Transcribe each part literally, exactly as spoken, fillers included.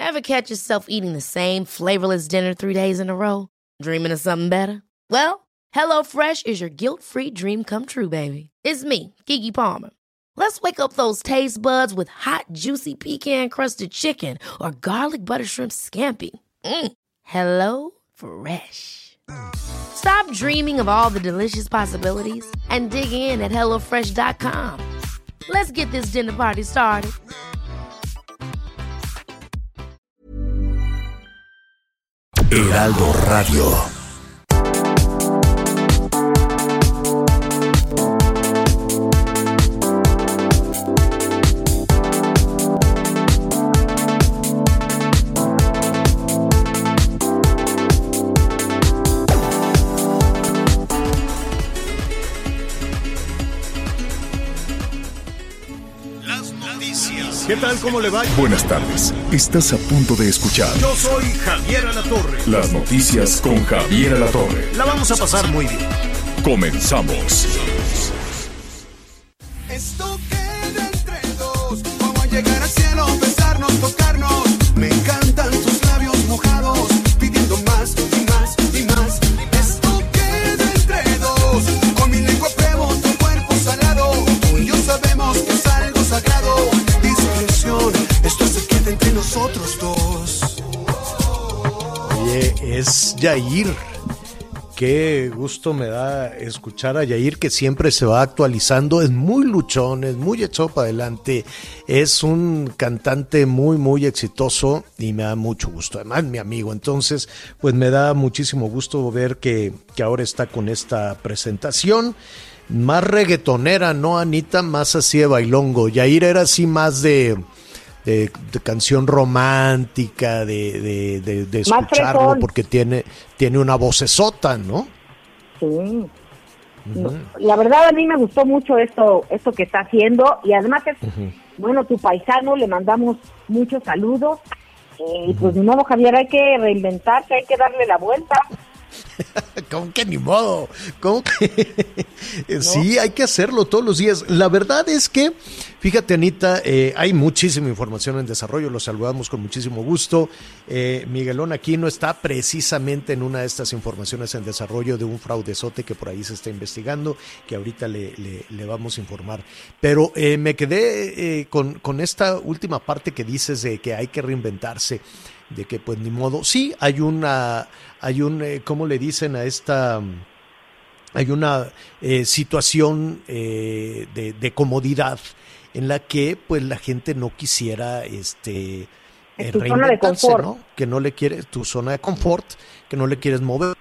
Ever catch yourself eating the same flavorless dinner three days in a row? Dreaming of something better? Well, HelloFresh is your guilt-free dream come true, baby. It's me, Keke Palmer. Let's wake up those taste buds with hot, juicy pecan-crusted chicken or garlic butter shrimp scampi. Mm. Hello Fresh. Stop dreaming of all the delicious possibilities and dig in at hello fresh dot com. Let's get this dinner party started. Heraldo Radio. ¿Qué tal? ¿Cómo le va? Buenas tardes. Estás a punto de escuchar. Yo soy Javier Alatorre. Las noticias con Javier Alatorre. La vamos a pasar muy bien. Comenzamos. Esto queda entre dos. Vamos a llegar al cielo, besarnos, tocarnos. Me encantan tus labios mojados, pidiendo más y más y más. Esto queda entre dos. Con mi lengua pruebo tu cuerpo salado. Tú y yo sabemos que es algo sagrado. Esto se queda entre nosotros dos. Oye, es Yair. Qué gusto me da escuchar a Yair, que siempre se va actualizando. Es muy luchón, es muy echado para adelante. Es un cantante muy, muy exitoso y me da mucho gusto. Además, mi amigo. Entonces, pues me da muchísimo gusto ver que, que ahora está con esta presentación. Más reggaetonera, ¿no, Anita? Más así de bailongo. Yair era así más de, de, de canción romántica, de, de, de, de escucharlo, porque tiene, tiene una vocesota, ¿no? Sí. Uh-huh. La verdad, a mí me gustó mucho esto, esto que está haciendo, y además es, uh-huh. bueno, tu paisano, le mandamos muchos saludos. Eh, y uh-huh. pues, de nuevo, Javier, hay que reinventarse, hay que darle la vuelta. ¿Cómo que ni modo? ¿Cómo que? ¿No? Sí, hay que hacerlo todos los días. La verdad es que, fíjate, Anita, eh, hay muchísima información en desarrollo, los saludamos con muchísimo gusto. Eh, Miguelón Aquino está precisamente en una de estas informaciones en desarrollo de un fraudezote que por ahí se está investigando, que ahorita le, le, le vamos a informar. Pero eh, me quedé eh, con, con esta última parte que dices de que hay que reinventarse, de que pues ni modo. Sí, hay una, hay un, eh, ¿cómo le dicen a esta? Hay una eh, situación eh, de, de comodidad en la que pues la gente no quisiera este eh, reinventarse, ¿no? Que no le quiere, tu zona de confort, que no le quieres mover.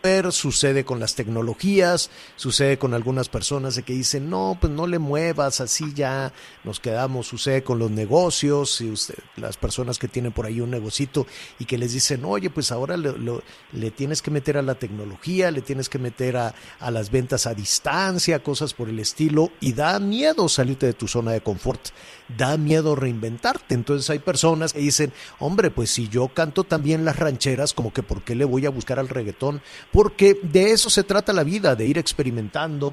Sucede con las tecnologías, sucede con algunas personas de que dicen, no, pues no le muevas, así ya nos quedamos. Sucede con los negocios, y usted, las personas que tienen por ahí un negocito y que les dicen, oye, pues ahora le, lo, le tienes que meter a la tecnología, le tienes que meter a, a las ventas a distancia, cosas por el estilo, y da miedo salirte de tu zona de confort, da miedo reinventarte. Entonces hay personas que dicen, hombre, pues si yo canto también las rancheras, como que ¿por qué le voy a buscar al reggaetón? Porque de eso se trata la vida, de ir experimentando,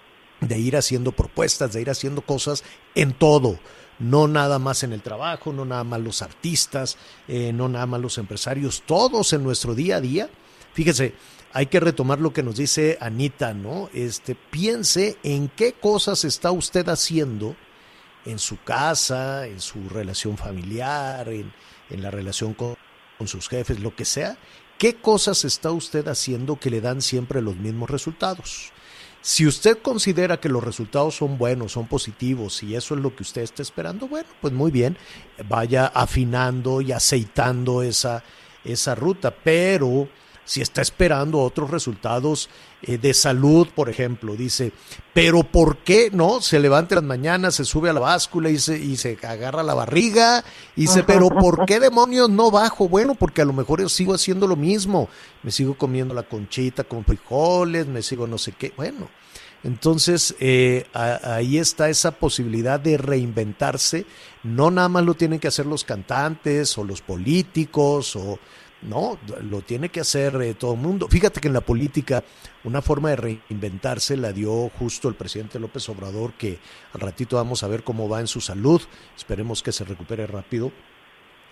de ir haciendo propuestas, de ir haciendo cosas en todo, no nada más en el trabajo, no nada más los artistas, eh, no nada más los empresarios, todos en nuestro día a día. Fíjese, hay que retomar lo que nos dice Anita, ¿no? Este, piense en qué cosas está usted haciendo en su casa, en su relación familiar, en, en la relación con, con sus jefes, lo que sea. ¿Qué cosas está usted haciendo que le dan siempre los mismos resultados? Si usted considera que los resultados son buenos, son positivos y eso es lo que usted está esperando, bueno, pues muy bien, vaya afinando y aceitando esa, esa ruta. Pero si está esperando otros resultados eh, de salud, por ejemplo, dice, pero ¿por qué no? Se levanta en las mañanas, se sube a la báscula y se, y se agarra la barriga y dice, pero ¿por qué demonios no bajo? Bueno, porque a lo mejor yo sigo haciendo lo mismo, me sigo comiendo la conchita con frijoles, me sigo no sé qué, bueno. Entonces, eh, a, ahí está esa posibilidad de reinventarse. No nada más lo tienen que hacer los cantantes o los políticos, o no, lo tiene que hacer eh, todo el mundo. Fíjate que en la política una forma de reinventarse la dio justo el presidente López Obrador, que al ratito vamos a ver cómo va en su salud. Esperemos que se recupere rápido.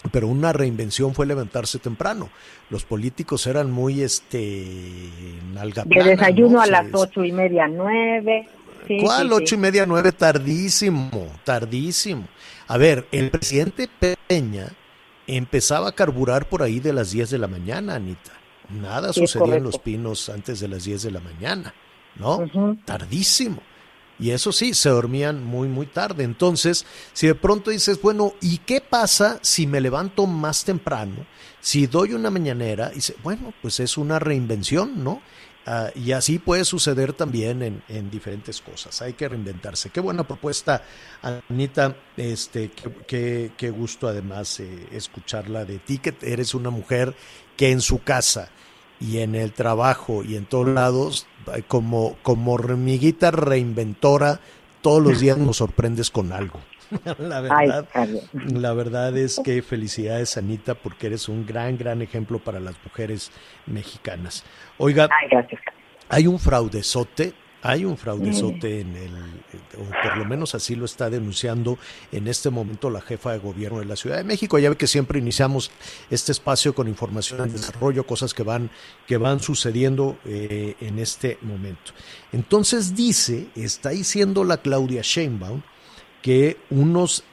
pero una reinvención fue levantarse temprano. Los políticos eran muy, este, nalgaplanas, de desayuno ¿no? a Se- las ocho y media, nueve. Sí, ¿Cuál? sí, Ocho sí. y media, nueve, tardísimo, tardísimo. A ver, el presidente Peña empezaba a carburar por ahí de las diez de la mañana, Anita. Nada Sí, es sucedía en correcto. Los Pinos antes de las diez de la mañana, ¿no? Ujú. Tardísimo. Y eso sí, se dormían muy, muy tarde. Entonces, si de pronto dices, bueno, ¿y qué pasa si me levanto más temprano? Si doy una mañanera, y dice, bueno, pues es una reinvención, ¿no? Ah, y así puede suceder también en, en diferentes cosas. Hay que reinventarse. Qué buena propuesta, Anita. Este, qué, qué, qué gusto además eh, escucharla de ti, que eres una mujer que en su casa y en el trabajo y en todos lados, como, como hormiguita reinventora, todos los días nos sorprendes con algo. La Ay, verdad, Javier. la verdad es que felicidades, Anita, porque eres un gran, gran ejemplo para las mujeres mexicanas. Oiga, Ay, gracias. hay un fraudezote, hay un fraudezote en el, o por lo menos así lo está denunciando en este momento la jefa de gobierno de la Ciudad de México. Ya ve que siempre iniciamos este espacio con información en desarrollo, cosas que van, que van sucediendo eh, en este momento. Entonces dice, está diciendo la Claudia Sheinbaum, que unos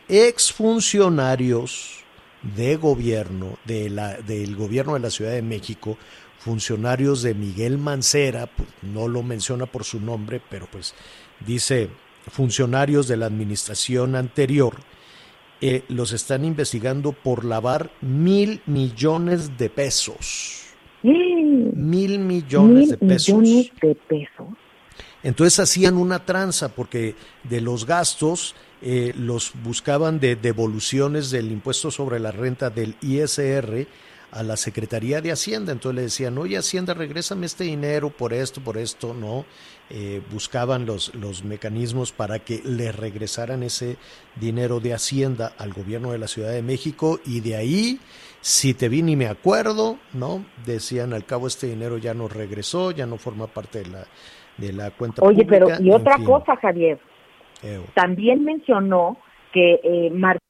exfuncionarios de gobierno, de la, del gobierno de la Ciudad de México, funcionarios de Miguel Mancera, pues no lo menciona por su nombre, pero pues dice funcionarios de la administración anterior, eh, los están investigando por lavar mil millones de pesos. Mm, Mil millones Mil de pesos. millones de pesos. Entonces hacían una tranza porque de los gastos eh, los buscaban de devoluciones del impuesto sobre la renta del I S R a la Secretaría de Hacienda. Entonces le decían, oye, Hacienda, regrésame este dinero por esto, por esto, ¿no? Eh, buscaban los, los mecanismos para que le regresaran ese dinero de Hacienda al gobierno de la Ciudad de México, y de ahí, si te vi ni me acuerdo, ¿no? Decían, al cabo este dinero ya no regresó, ya no forma parte de la, de la cuenta Oye, pública. pero y en otra fin. cosa, Javier, Eh, también mencionó que eh, Martín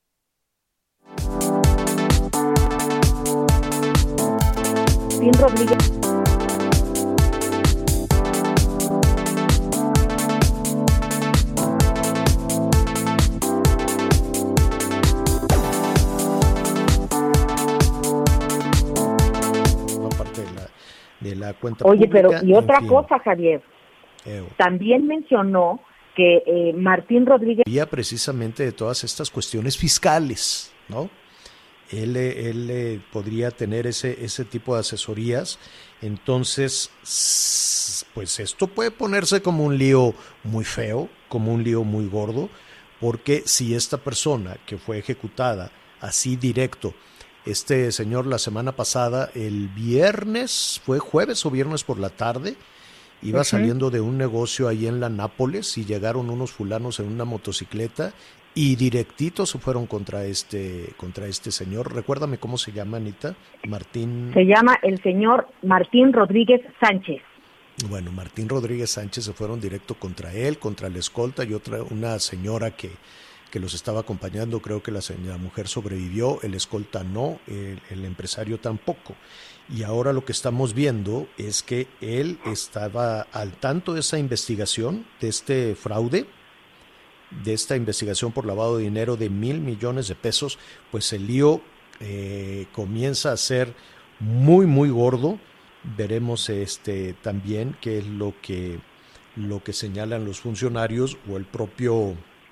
Rodríguez forma parte de la, de la cuenta Oye, pública. pero y en otra fin. cosa, Javier, Eh, también mencionó que eh, Martín Rodríguez Había precisamente de todas estas cuestiones fiscales, ¿no? Él, eh, él eh, podría tener ese, ese tipo de asesorías. Entonces, s- pues esto puede ponerse como un lío muy feo, como un lío muy gordo, porque si esta persona que fue ejecutada así directo, este señor la semana pasada, el viernes, fue jueves o viernes por la tarde, iba Ujú. saliendo de un negocio ahí en la Nápoles y llegaron unos fulanos en una motocicleta y directito se fueron contra este, contra este señor. Recuérdame cómo se llama, Anita. Martín. se llama el señor Martín Rodríguez Sánchez. Bueno, Martín Rodríguez Sánchez se fueron directo contra él, contra la escolta y otra, una señora que, que los estaba acompañando. Creo que la, la mujer sobrevivió, el escolta no, el, el empresario tampoco. Y ahora lo que estamos viendo es que él estaba al tanto de esa investigación, de este fraude, de esta investigación por lavado de dinero de mil millones de pesos. Pues el lío eh, comienza a ser muy, muy gordo. Veremos este también qué es lo que, lo que señalan los funcionarios o el propio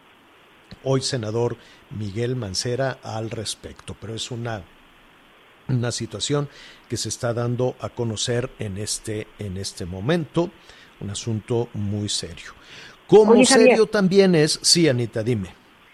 hoy senador Miguel Mancera al respecto. Pero es una, una situación que se está dando a conocer en este, en este momento, un asunto muy serio. Como Oye, serio Javier. también es, sí, Anita, dime.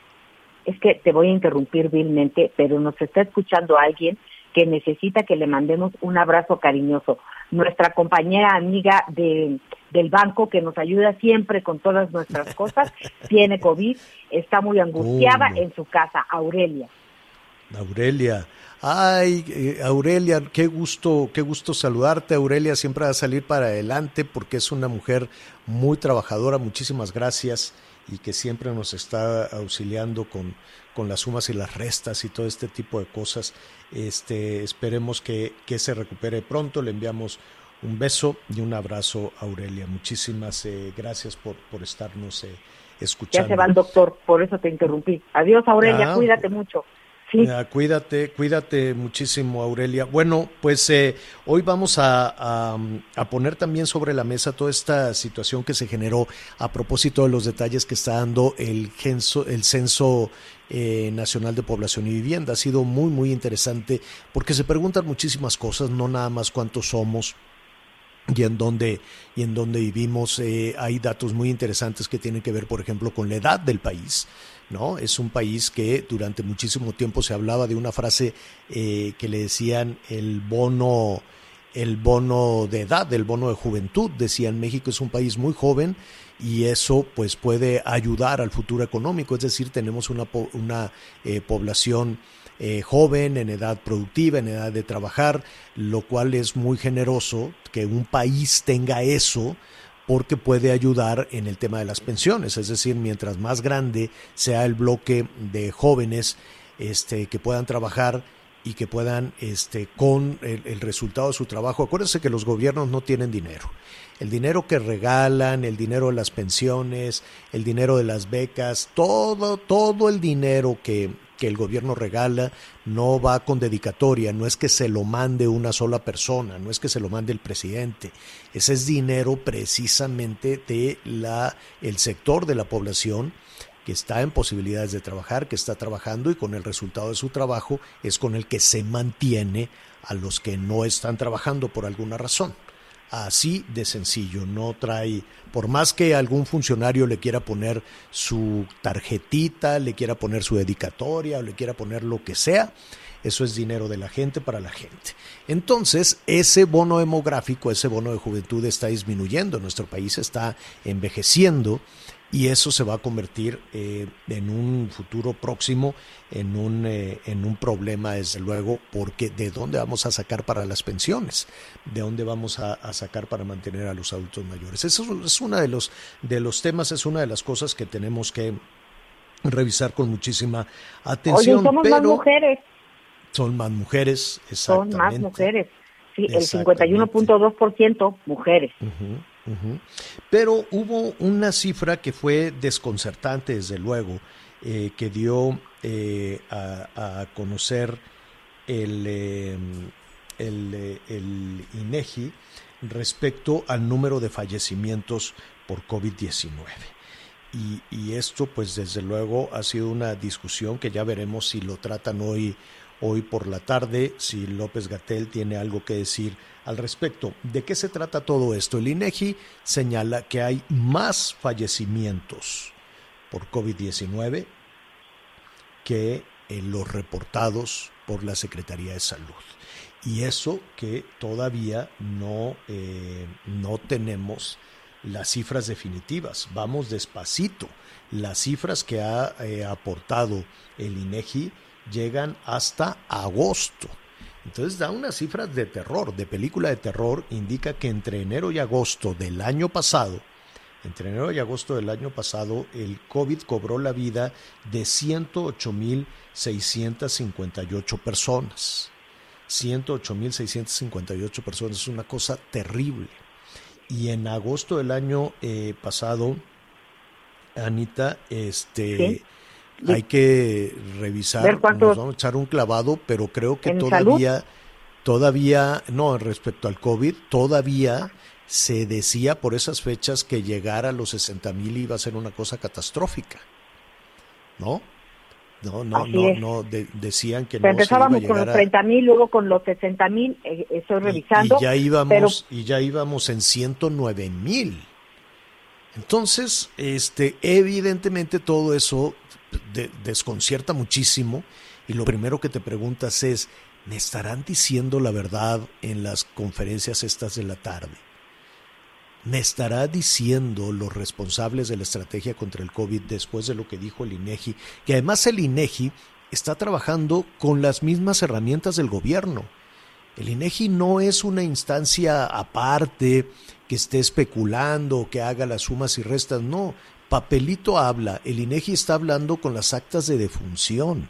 Es que te voy a interrumpir vilmente, pero nos está escuchando alguien que necesita que le mandemos un abrazo cariñoso. Nuestra compañera amiga de, del banco que nos ayuda siempre con todas nuestras cosas, tiene COVID, está muy angustiada ¿Cómo? en su casa, Aurelia. Aurelia, ay, eh, Aurelia, qué gusto, qué gusto saludarte, Aurelia, siempre va a salir para adelante porque es una mujer muy trabajadora, muchísimas gracias y que siempre nos está auxiliando con, con las sumas y las restas y todo este tipo de cosas. Este, esperemos que, que se recupere pronto. Le enviamos un beso y un abrazo a Aurelia. Muchísimas eh, gracias por, por estarnos eh, escuchando. Ya se va el doctor, por eso te interrumpí. Adiós, Aurelia, ah, cuídate mucho. Sí. Ah, cuídate, cuídate muchísimo, Aurelia. Bueno, pues eh, hoy vamos a, a, a poner también sobre la mesa toda esta situación que se generó a propósito de los detalles que está dando el, censo, el censo eh, nacional de población y vivienda. Ha sido muy, muy interesante porque se preguntan muchísimas cosas, no nada más cuántos somos y en dónde y en dónde vivimos. Eh, hay datos muy interesantes que tienen que ver, por ejemplo, con la edad del país, ¿no? Es un país que durante muchísimo tiempo se hablaba de una frase eh, que le decían el bono, el bono de edad, el bono de juventud. Decían, México es un país muy joven y eso pues puede ayudar al futuro económico. Es decir, tenemos una, una eh, población eh, joven, en edad productiva, en edad de trabajar, lo cual es muy generoso que un país tenga eso, porque puede ayudar en el tema de las pensiones. Es decir, mientras más grande sea el bloque de jóvenes este, que puedan trabajar y que puedan, este, con el, el resultado de su trabajo, acuérdense que los gobiernos no tienen dinero. El dinero que regalan, el dinero de las pensiones, el dinero de las becas, todo, todo el dinero que, que el gobierno regala no va con dedicatoria, no es que se lo mande una sola persona, no es que se lo mande el presidente. Ese es dinero precisamente de la, el sector de la población que está en posibilidades de trabajar, que está trabajando y con el resultado de su trabajo es con el que se mantiene a los que no están trabajando por alguna razón. Así de sencillo, no trae, por más que algún funcionario le quiera poner su tarjetita, le quiera poner su dedicatoria o le quiera poner lo que sea, eso es dinero de la gente para la gente. Entonces, ese bono demográfico, ese bono de juventud está disminuyendo, nuestro país está envejeciendo y eso se va a convertir eh, en un futuro próximo en un, eh, en un problema, desde luego, porque ¿de dónde vamos a sacar para las pensiones? ¿De dónde vamos a, a sacar para mantener a los adultos mayores? Eso es uno de los, de los temas, es una de las cosas que tenemos que revisar con muchísima atención. Oye, somos pero más mujeres. Son más mujeres, exactamente. Son más mujeres, sí, el cincuenta y uno punto dos por ciento mujeres. Uh-huh, uh-huh. Pero hubo una cifra que fue desconcertante, desde luego, eh, que dio eh, a, a conocer el, eh, el, eh, el INEGI respecto al número de fallecimientos por COVID diecinueve. Y, y esto, pues desde luego, ha sido una discusión que ya veremos si lo tratan hoy, hoy por la tarde, si López-Gatell tiene algo que decir al respecto. ¿De qué se trata todo esto? El INEGI señala que hay más fallecimientos por COVID diecinueve que en los reportados por la Secretaría de Salud. Y eso que todavía no, eh, no tenemos las cifras definitivas. Vamos despacito. Las cifras que ha eh, aportado el INEGI llegan hasta agosto. Entonces da unas cifras de terror, de película de terror. Indica que entre enero y agosto del año pasado, entre enero y agosto del año pasado, el COVID cobró la vida de ciento ocho mil seiscientas cincuenta y ocho personas. ciento ocho mil seiscientas cincuenta y ocho personas, es una cosa terrible. Y en agosto del año eh, pasado, Anita, este... ¿sí? Hay que revisar, nos vamos a echar un clavado, pero creo que todavía, salud? todavía, no, respecto al COVID, todavía se decía por esas fechas que llegar a los sesenta mil iba a ser una cosa catastrófica, ¿no? No, no, Así no, es. no, de, decían que pero no se iba a llegar con los treinta mil, luego con los sesenta mil, eh, estoy revisando. Y, y ya íbamos, pero... y ya íbamos en ciento nueve mil. Entonces, este, evidentemente todo eso De, desconcierta muchísimo y lo primero que te preguntas es, ¿me estarán diciendo la verdad en las conferencias estas de la tarde? ¿Me estará diciendo los responsables de la estrategia contra el COVID después de lo que dijo el INEGI? Que además el INEGI está trabajando con las mismas herramientas del gobierno. El INEGI no es una instancia aparte que esté especulando, que haga las sumas y restas, no. papelito habla, el INEGI está hablando con las actas de defunción.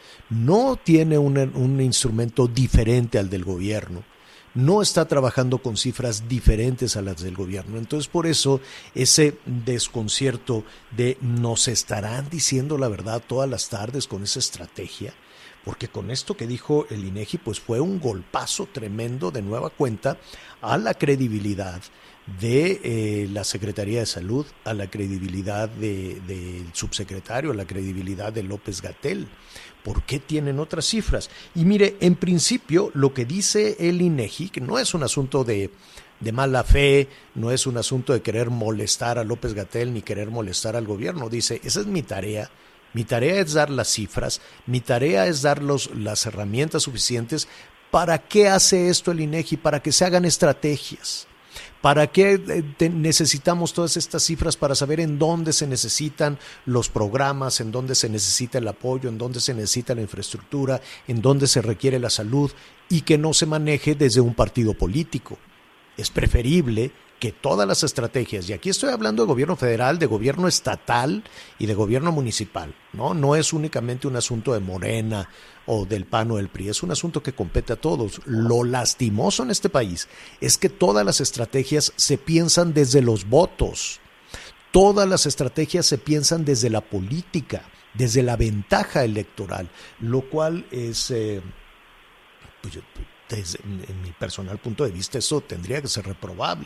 No tiene un, un instrumento diferente al del gobierno. No está trabajando con cifras diferentes a las del gobierno. Entonces, por eso, ese desconcierto de nos estarán diciendo la verdad todas las tardes con esa estrategia, porque con esto que dijo el INEGI, pues fue un golpazo tremendo de nueva cuenta a la credibilidad de eh, la Secretaría de Salud, a la credibilidad del de subsecretario, a la credibilidad de López-Gatell. ¿Por qué tienen otras cifras? Y mire, en principio, lo que dice el INEGI, que no es un asunto de, de mala fe, no es un asunto de querer molestar a López-Gatell ni querer molestar al gobierno. Dice, esa es mi tarea. Mi tarea es dar las cifras, mi tarea es dar los, las herramientas suficientes. ¿Para qué hace esto el INEGI? Para que se hagan estrategias. ¿Para qué te, necesitamos todas estas cifras? Para saber en dónde se necesitan los programas, en dónde se necesita el apoyo, en dónde se necesita la infraestructura, en dónde se requiere la salud, y que no se maneje desde un partido político. Es preferible que todas las estrategias, y aquí estoy hablando de gobierno federal, de gobierno estatal y de gobierno municipal, ¿no? No es únicamente un asunto de Morena o del P A N o del P R I, es un asunto que compete a todos. Lo lastimoso en este país es que todas las estrategias se piensan desde los votos, todas las estrategias se piensan desde la política, desde la ventaja electoral, lo cual es, eh, pues yo, desde, en mi personal punto de vista, eso tendría que ser reprobable.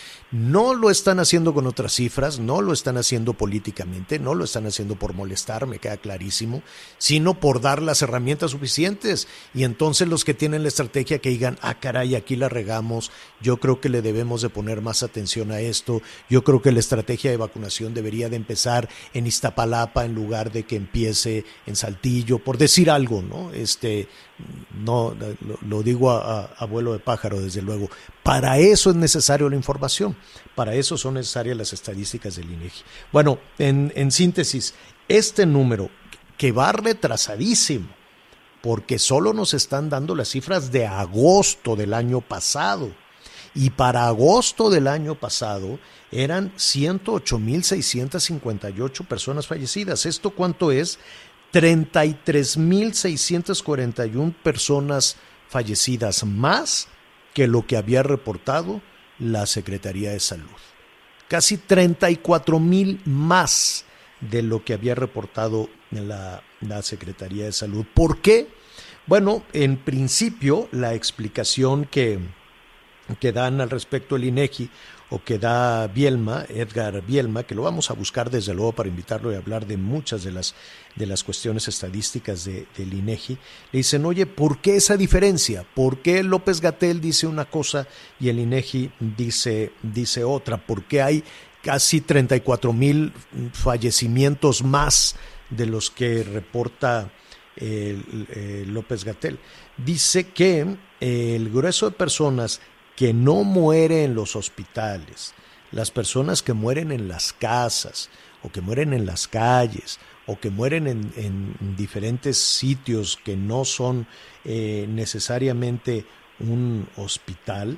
No lo están haciendo con otras cifras, no lo están haciendo políticamente, no lo están haciendo por molestar, me queda clarísimo, sino por dar las herramientas suficientes. Y entonces los que tienen la estrategia que digan, ah caray, aquí la regamos, yo creo que le debemos de poner más atención a esto, yo creo que la estrategia de vacunación debería de empezar en Iztapalapa en lugar de que empiece en Saltillo, por decir algo, ¿no? Este, no, lo, lo digo a, a, a vuelo de pájaro, desde luego. Para eso es necesario la información, para eso son necesarias las estadísticas del INEGI. Bueno, en, en síntesis, este número que va retrasadísimo, porque solo nos están dando las cifras de agosto del año pasado, y para agosto del año pasado eran ciento ocho mil seiscientos cincuenta y ocho personas fallecidas. ¿Esto cuánto es? treinta y tres mil seiscientos cuarenta y una personas fallecidas más que lo que había reportado la Secretaría de Salud. Casi treinta y cuatro mil más de lo que había reportado la, la Secretaría de Salud. ¿Por qué? Bueno, en principio la explicación que, que dan al respecto el INEGI o que da Bielma, Edgar Bielma, que lo vamos a buscar desde luego para invitarlo y hablar de muchas de las, de las cuestiones estadísticas de, del INEGI, le dicen, oye, ¿por qué esa diferencia? ¿Por qué López-Gatell dice una cosa y el INEGI dice, dice otra? ¿Por qué hay casi treinta y cuatro mil fallecimientos más de los que reporta eh, eh, López-Gatell? Dice que eh, el grueso de personas que no muere en los hospitales, las personas que mueren en las casas o que mueren en las calles o que mueren en, en diferentes sitios que no son eh, necesariamente un hospital,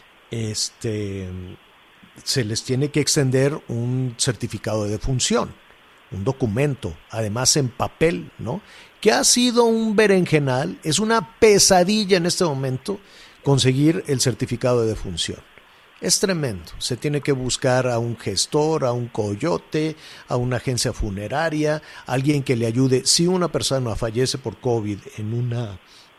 este, se les tiene que extender un certificado de defunción, un documento, además en papel, ¿no? Que ha sido un berenjenal, es una pesadilla en este momento conseguir el certificado de defunción. Es tremendo, se tiene que buscar a un gestor, a un coyote, a una agencia funeraria, alguien que le ayude. Si una persona fallece por COVID en, una,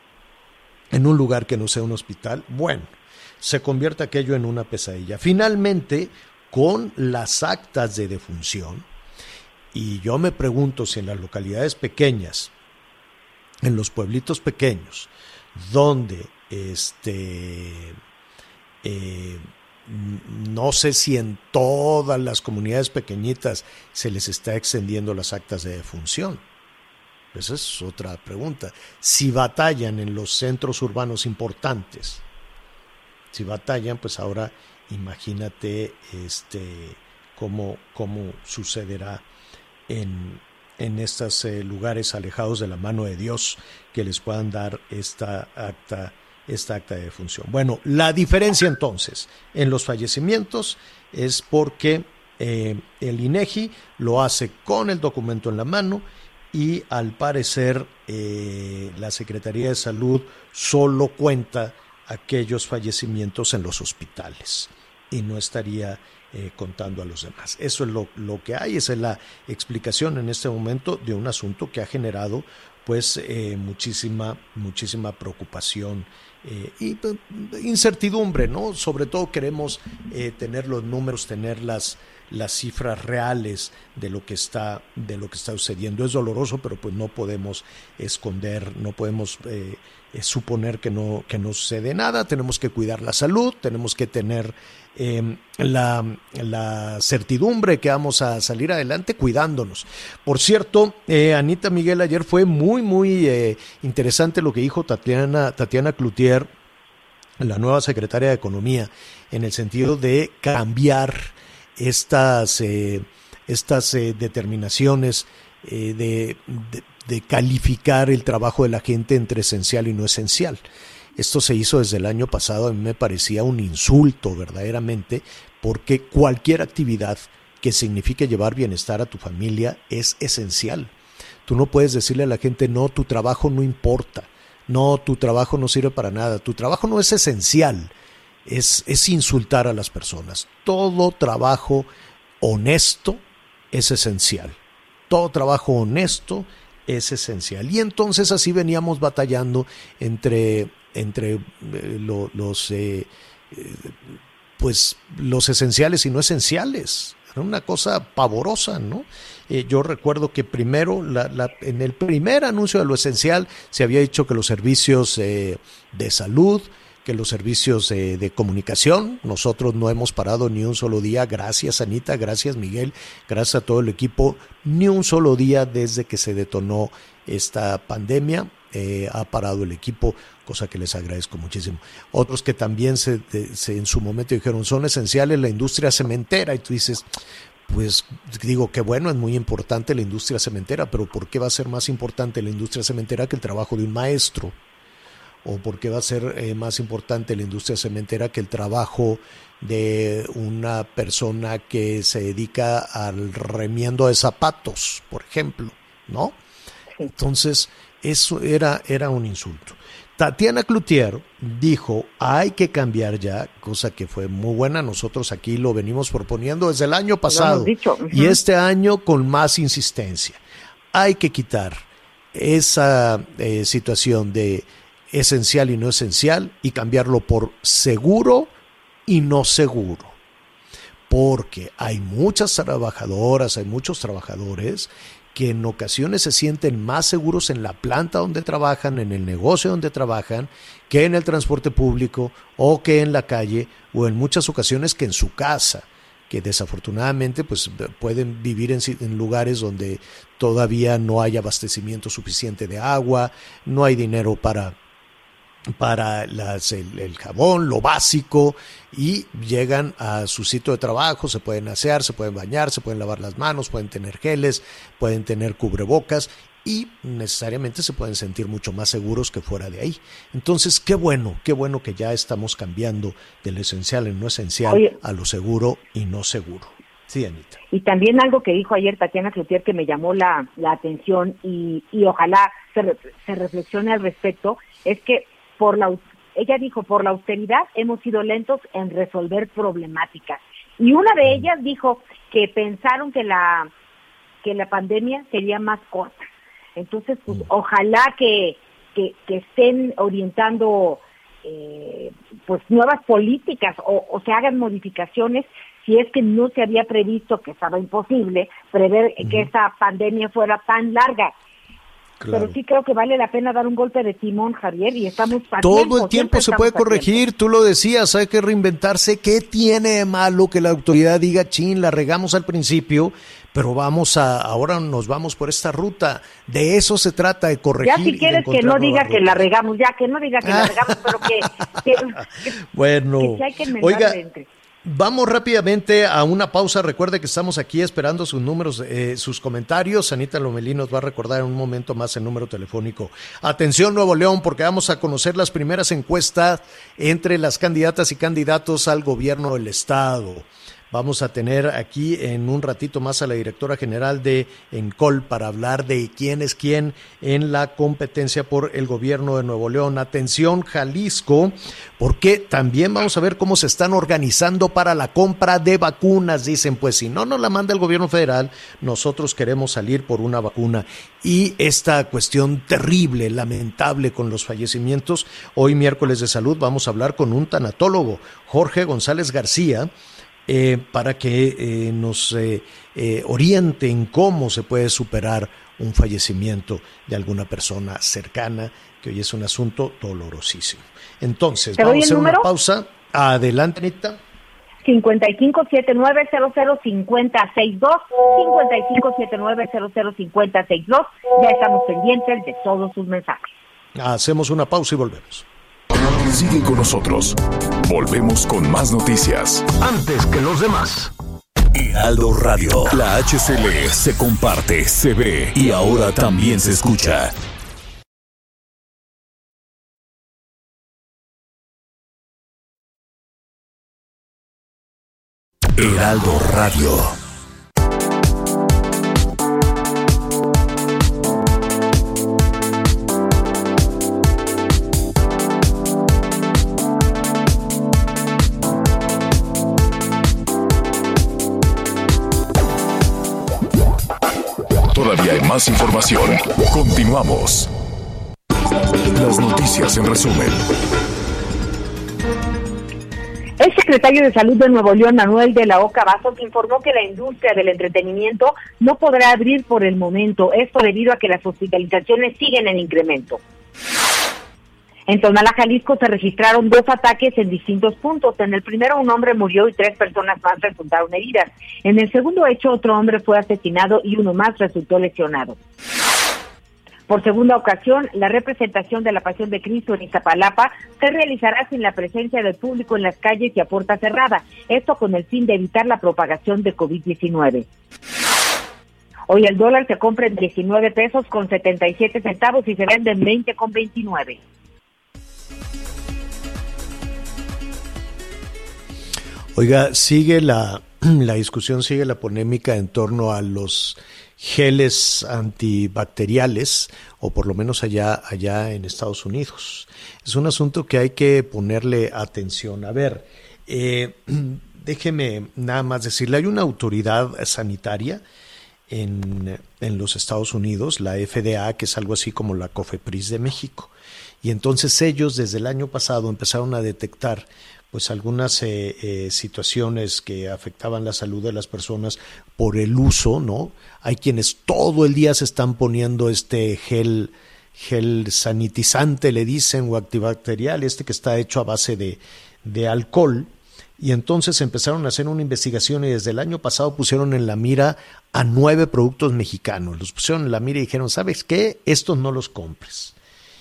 en un lugar que no sea un hospital, bueno, se convierte aquello en una pesadilla. Finalmente, con las actas de defunción, y yo me pregunto si en las localidades pequeñas, en los pueblitos pequeños, donde este eh, no sé si en todas las comunidades pequeñitas se les está extendiendo las actas de defunción. Esa es otra pregunta. Si batallan en los centros urbanos importantes, si batallan, pues ahora imagínate este cómo, cómo sucederá en, en estos eh, lugares alejados de la mano de Dios, que les puedan dar esta acta esta acta de defunción. Bueno, la diferencia entonces en los fallecimientos es porque Eh, el INEGI lo hace con el documento en la mano y al parecer eh, la Secretaría de Salud solo cuenta aquellos fallecimientos en los hospitales y no estaría eh, contando a los demás. Eso es lo, lo que hay, esa es la explicación en este momento de un asunto que ha generado pues eh, muchísima, muchísima preocupación eh, y pues, incertidumbre, ¿no? Sobre todo queremos eh, tener los números, tener las las cifras reales de lo que está de lo que está sucediendo. Es doloroso, pero pues no podemos esconder, no podemos eh, eh, suponer que no que no sucede nada. Tenemos que cuidar la salud, tenemos que tener eh, la, la certidumbre que vamos a salir adelante cuidándonos. Por cierto, eh, Anita, Miguel, ayer fue muy muy eh, interesante lo que dijo Tatiana Tatiana Cloutier, la nueva secretaria de Economía, en el sentido de cambiar estas eh, estas eh, determinaciones eh, de, de, de calificar el trabajo de la gente entre esencial y no esencial. Esto se hizo desde el año pasado, a mí me parecía un insulto verdaderamente, porque cualquier actividad que signifique llevar bienestar a tu familia es esencial. Tú no puedes decirle a la gente, no, tu trabajo no importa, no, tu trabajo no sirve para nada, tu trabajo no es esencial. Es, es insultar a las personas. Todo trabajo honesto es esencial. Todo trabajo honesto es esencial. Y entonces así veníamos batallando entre, entre eh, lo, los, eh, eh, pues, los esenciales y no esenciales. Era una cosa pavorosa, ¿no? Eh, yo recuerdo que primero, la, la, en el primer anuncio de lo esencial, se había dicho que los servicios eh, de salud, que los servicios eh, de comunicación, nosotros no hemos parado ni un solo día, gracias Anita, gracias Miguel, gracias a todo el equipo, ni un solo día desde que se detonó esta pandemia, eh, ha parado el equipo, cosa que les agradezco muchísimo. Otros que también se, de, se en su momento dijeron, son esenciales la industria cementera, y tú dices, pues digo que bueno, es muy importante la industria cementera, pero ¿por qué va a ser más importante la industria cementera que el trabajo de un maestro? ¿O por qué va a ser eh, más importante la industria cementera que el trabajo de una persona que se dedica al remiendo de zapatos, por ejemplo, ¿no? Entonces, eso era, era un insulto. Tatiana Cloutier dijo, hay que cambiar ya, cosa que fue muy buena, nosotros aquí lo venimos proponiendo desde el año pasado, lo hemos dicho. Uh-huh. Y este año con más insistencia. Hay que quitar esa eh, situación de esencial y no esencial y cambiarlo por seguro y no seguro, porque hay muchas trabajadoras, hay muchos trabajadores que en ocasiones se sienten más seguros en la planta donde trabajan, en el negocio donde trabajan, que en el transporte público o que en la calle, o en muchas ocasiones que en su casa, que desafortunadamente pues pueden vivir en, en lugares donde todavía no hay abastecimiento suficiente de agua, no hay dinero para para las, el, el jabón, lo básico, y llegan a su sitio de trabajo, se pueden asear, se pueden bañar, se pueden lavar las manos, pueden tener geles, pueden tener cubrebocas y necesariamente se pueden sentir mucho más seguros que fuera de ahí. Entonces, qué bueno, qué bueno que ya estamos cambiando de lo esencial en no esencial. Oye, a lo seguro y no seguro. Sí, Anita. Y también algo que dijo ayer Tatiana Cloutier que me llamó la, la atención y, y ojalá se, se reflexione al respecto, es que Por la, ella dijo, por la austeridad hemos sido lentos en resolver problemáticas. Y una de ellas dijo que pensaron que la que la pandemia sería más corta. Entonces, pues, ojalá que, que, que estén orientando eh, pues nuevas políticas o, o se hagan modificaciones si es que no se había previsto, que estaba imposible, prever uh-huh. que esta pandemia fuera tan larga. Claro. Pero sí creo que vale la pena dar un golpe de timón, Javier, y estamos a todo tiempo, el tiempo se puede corregir, tú lo decías, hay que reinventarse. ¿Qué tiene de malo que la autoridad diga, chin, la regamos al principio, pero vamos a, ahora nos vamos por esta ruta? De eso se trata, de corregir. Ya si quieres que no diga que la regamos, ya que no diga que la regamos, pero que, que, que bueno, que sí hay que oiga, entre. Vamos rápidamente a una pausa. Recuerde que estamos aquí esperando sus números, eh, sus comentarios. Anita Lomelí nos va a recordar en un momento más el número telefónico. Atención, Nuevo León, porque vamos a conocer las primeras encuestas entre las candidatas y candidatos al gobierno del estado. Vamos a tener aquí en un ratito más a la directora general de ENCOL para hablar de quién es quién en la competencia por el gobierno de Nuevo León. Atención, Jalisco, porque también vamos a ver cómo se están organizando para la compra de vacunas. Dicen, pues si no nos la manda el gobierno federal, nosotros queremos salir por una vacuna. Y esta cuestión terrible, lamentable con los fallecimientos. Hoy miércoles de salud vamos a hablar con un tanatólogo, Jorge González García, Eh, para que eh, nos eh, eh, oriente en cómo se puede superar un fallecimiento de alguna persona cercana, que hoy es un asunto dolorosísimo. Entonces, vamos a hacer una pausa. Adelante, Anita. cincuenta y cinco setenta y nueve cero cero cincuenta sesenta y dos, cincuenta y cinco setenta y nueve cero cero cincuenta sesenta y dos. Ya estamos pendientes de todos sus mensajes. Hacemos una pausa y volvemos. Sigue con nosotros. Volvemos con más noticias. Antes que los demás. Heraldo Radio. La H C L se comparte, se ve y ahora también se escucha. Heraldo Radio. Todavía hay más información. Continuamos. Las noticias en resumen. El secretario de Salud de Nuevo León, Manuel de la Oca Vazos, informó que la industria del entretenimiento no podrá abrir por el momento. Esto debido a que las hospitalizaciones siguen en incremento. En Tonalá, Jalisco, se registraron dos ataques en distintos puntos. En el primero, un hombre murió y tres personas más resultaron heridas. En el segundo hecho, otro hombre fue asesinado y uno más resultó lesionado. Por segunda ocasión, la representación de la Pasión de Cristo en Iztapalapa se realizará sin la presencia del público en las calles y a puerta cerrada. Esto con el fin de evitar la propagación de COVID diecinueve. Hoy el dólar se compra en diecinueve pesos con setenta y siete centavos y se vende en veinte con veintinueve. Oiga, sigue la, la discusión, sigue la polémica en torno a los geles antibacteriales, o por lo menos allá, allá en Estados Unidos. Es un asunto que hay que ponerle atención. A ver, eh, déjeme nada más decirle, hay una autoridad sanitaria en, en los Estados Unidos, la F D A, que es algo así como la COFEPRIS de México, y entonces ellos desde el año pasado empezaron a detectar pues algunas eh, eh, situaciones que afectaban la salud de las personas por el uso, ¿no? Hay quienes todo el día se están poniendo este gel, gel sanitizante, le dicen, o antibacterial, este que está hecho a base de, de alcohol, y entonces empezaron a hacer una investigación y desde el año pasado pusieron en la mira a nueve productos mexicanos, los pusieron en la mira y dijeron, ¿sabes qué? Estos no los compres.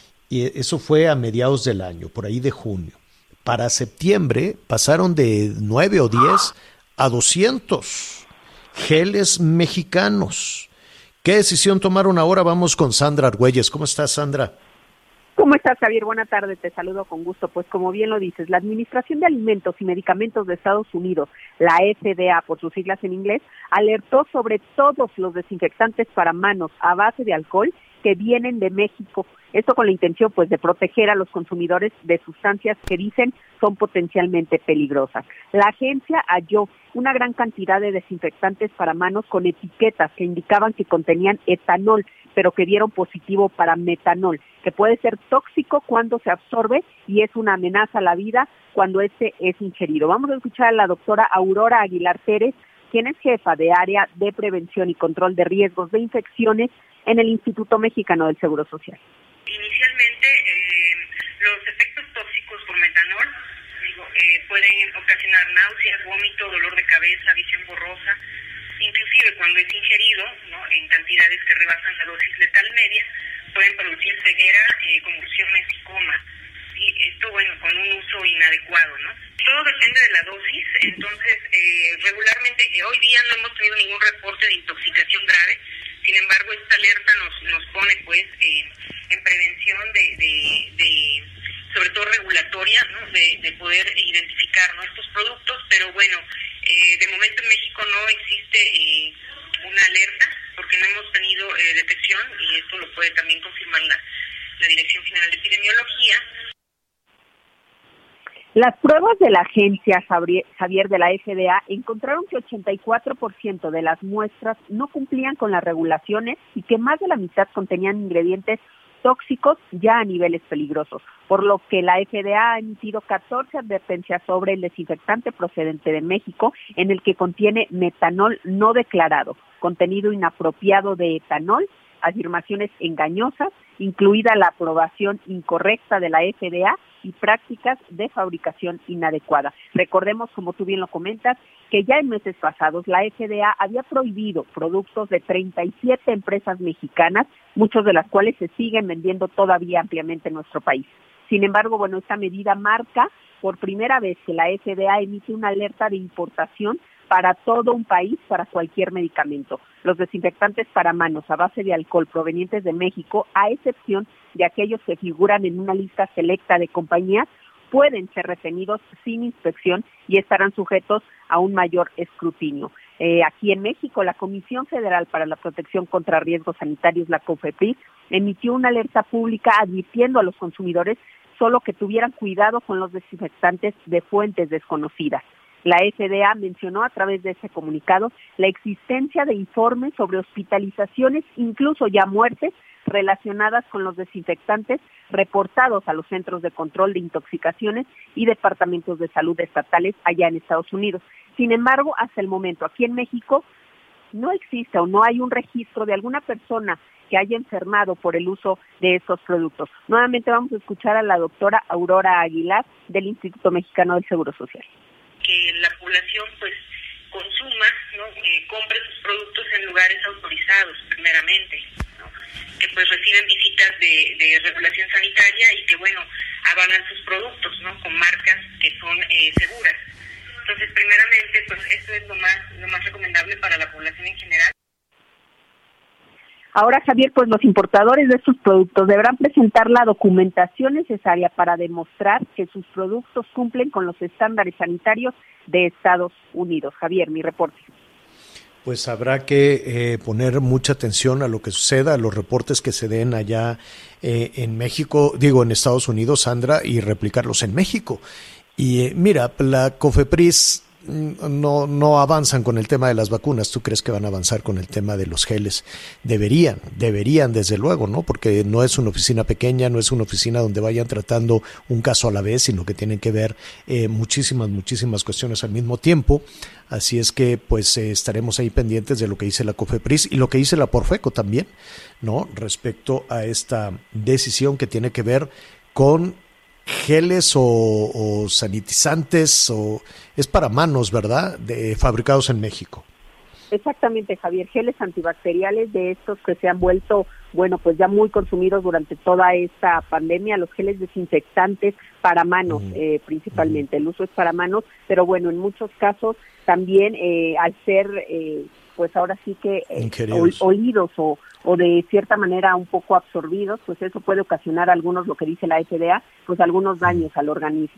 Y eso fue a mediados del año, por ahí de junio. Para septiembre pasaron de nueve o diez a doscientos geles mexicanos. ¿Qué decisión tomaron ahora? Vamos con Sandra Argüelles. ¿Cómo estás, Sandra? ¿Cómo estás, Javier? Buena tarde, te saludo con gusto. Pues como bien lo dices, la Administración de Alimentos y Medicamentos de Estados Unidos, la F D A por sus siglas en inglés, alertó sobre todos los desinfectantes para manos a base de alcohol que vienen de México. Esto con la intención pues de proteger a los consumidores de sustancias que dicen son potencialmente peligrosas. La agencia halló una gran cantidad de desinfectantes para manos con etiquetas que indicaban que contenían etanol, pero que dieron positivo para metanol, que puede ser tóxico cuando se absorbe y es una amenaza a la vida cuando este es ingerido. Vamos a escuchar a la doctora Aurora Aguilar Pérez, quien es jefa de área de prevención y control de riesgos de infecciones en el Instituto Mexicano del Seguro Social. Inicialmente, eh, los efectos tóxicos por metanol digo, eh, pueden ocasionar náuseas, vómito, dolor de cabeza, visión borrosa, inclusive cuando es ingerido, ¿no?, en cantidades que rebasan la dosis letal media, pueden producir ceguera, eh, convulsiones y coma. Y esto, bueno, con un uso inadecuado, ¿no? Todo depende de la dosis, entonces eh, regularmente, eh, hoy día no hemos tenido ningún reporte de intoxicación grave. Sin embargo, esta alerta nos nos pone, pues, eh, en prevención de, de, de, sobre todo regulatoria, ¿no?, de, de poder identificar, ¿no?, estos productos, pero bueno, Eh, de momento en México no existe eh, una alerta porque no hemos tenido eh, detección, y esto lo puede también confirmar la, la Dirección General de Epidemiología. Las pruebas de la agencia Javier de la F D A encontraron que ochenta y cuatro por ciento de las muestras no cumplían con las regulaciones y que más de la mitad contenían ingredientes tóxicos ya a niveles peligrosos, por lo que la F D A ha emitido catorce advertencias sobre el desinfectante procedente de México, en el que contiene metanol no declarado, contenido inapropiado de etanol, afirmaciones engañosas, incluida la aprobación incorrecta de la F D A y prácticas de fabricación inadecuada. Recordemos, como tú bien lo comentas, que ya en meses pasados la F D A había prohibido productos de treinta y siete empresas mexicanas, muchos de las cuales se siguen vendiendo todavía ampliamente en nuestro país. Sin embargo, bueno, esta medida marca por primera vez que la F D A emite una alerta de importación para todo un país, para cualquier medicamento. Los desinfectantes para manos a base de alcohol provenientes de México, a excepción de aquellos que figuran en una lista selecta de compañías, pueden ser retenidos sin inspección y estarán sujetos a un mayor escrutinio. Eh, aquí en México, la Comisión Federal para la Protección contra Riesgos Sanitarios, la COFEPRIS, emitió una alerta pública advirtiendo a los consumidores solo que tuvieran cuidado con los desinfectantes de fuentes desconocidas. La F D A mencionó a través de ese comunicado la existencia de informes sobre hospitalizaciones, incluso ya muertes, relacionadas con los desinfectantes reportados a los Centros de Control de Intoxicaciones y departamentos de salud estatales allá en Estados Unidos. Sin embargo, hasta el momento, aquí en México, no existe o no hay un registro de alguna persona que haya enfermado por el uso de estos productos. Nuevamente vamos a escuchar a la doctora Aurora Aguilar del Instituto Mexicano del Seguro Social. Que la población pues consuma, ¿no? eh, compre sus productos en lugares autorizados primeramente, ¿no? Que pues reciben visitas de, de regulación sanitaria y que bueno, avalan sus productos, ¿no? Con marcas que son eh, seguras. Entonces primeramente pues esto es lo más, lo más recomendable para la población en general. Ahora, Javier, pues los importadores de estos productos deberán presentar la documentación necesaria para demostrar que sus productos cumplen con los estándares sanitarios de Estados Unidos. Javier, mi reporte. Pues habrá que eh, poner mucha atención a lo que suceda, a los reportes que se den allá eh, en México, digo en Estados Unidos, Sandra, y replicarlos en México. Y eh, mira, la COFEPRIS no no avanzan con el tema de las vacunas. ¿Tú crees que van a avanzar con el tema de los geles? Deberían, deberían desde luego, ¿no? Porque no es una oficina pequeña, no es una oficina donde vayan tratando un caso a la vez, sino que tienen que ver eh, muchísimas, muchísimas cuestiones al mismo tiempo. Así es que pues eh, estaremos ahí pendientes de lo que dice la COFEPRIS y lo que dice la Profeco también, ¿no? Respecto a esta decisión que tiene que ver con geles o, o sanitizantes, o es para manos, ¿verdad? De, fabricados en México. Exactamente, Javier, geles antibacteriales de estos que se han vuelto, bueno, pues ya muy consumidos durante toda esta pandemia, los geles desinfectantes para manos, uh-huh. eh, principalmente, uh-huh. el uso es para manos, pero bueno, en muchos casos también eh, al ser, eh, pues ahora sí que eh, ol, olidos o, o de cierta manera un poco absorbidos, pues eso puede ocasionar algunos, lo que dice la F D A, pues algunos daños uh-huh. al organismo.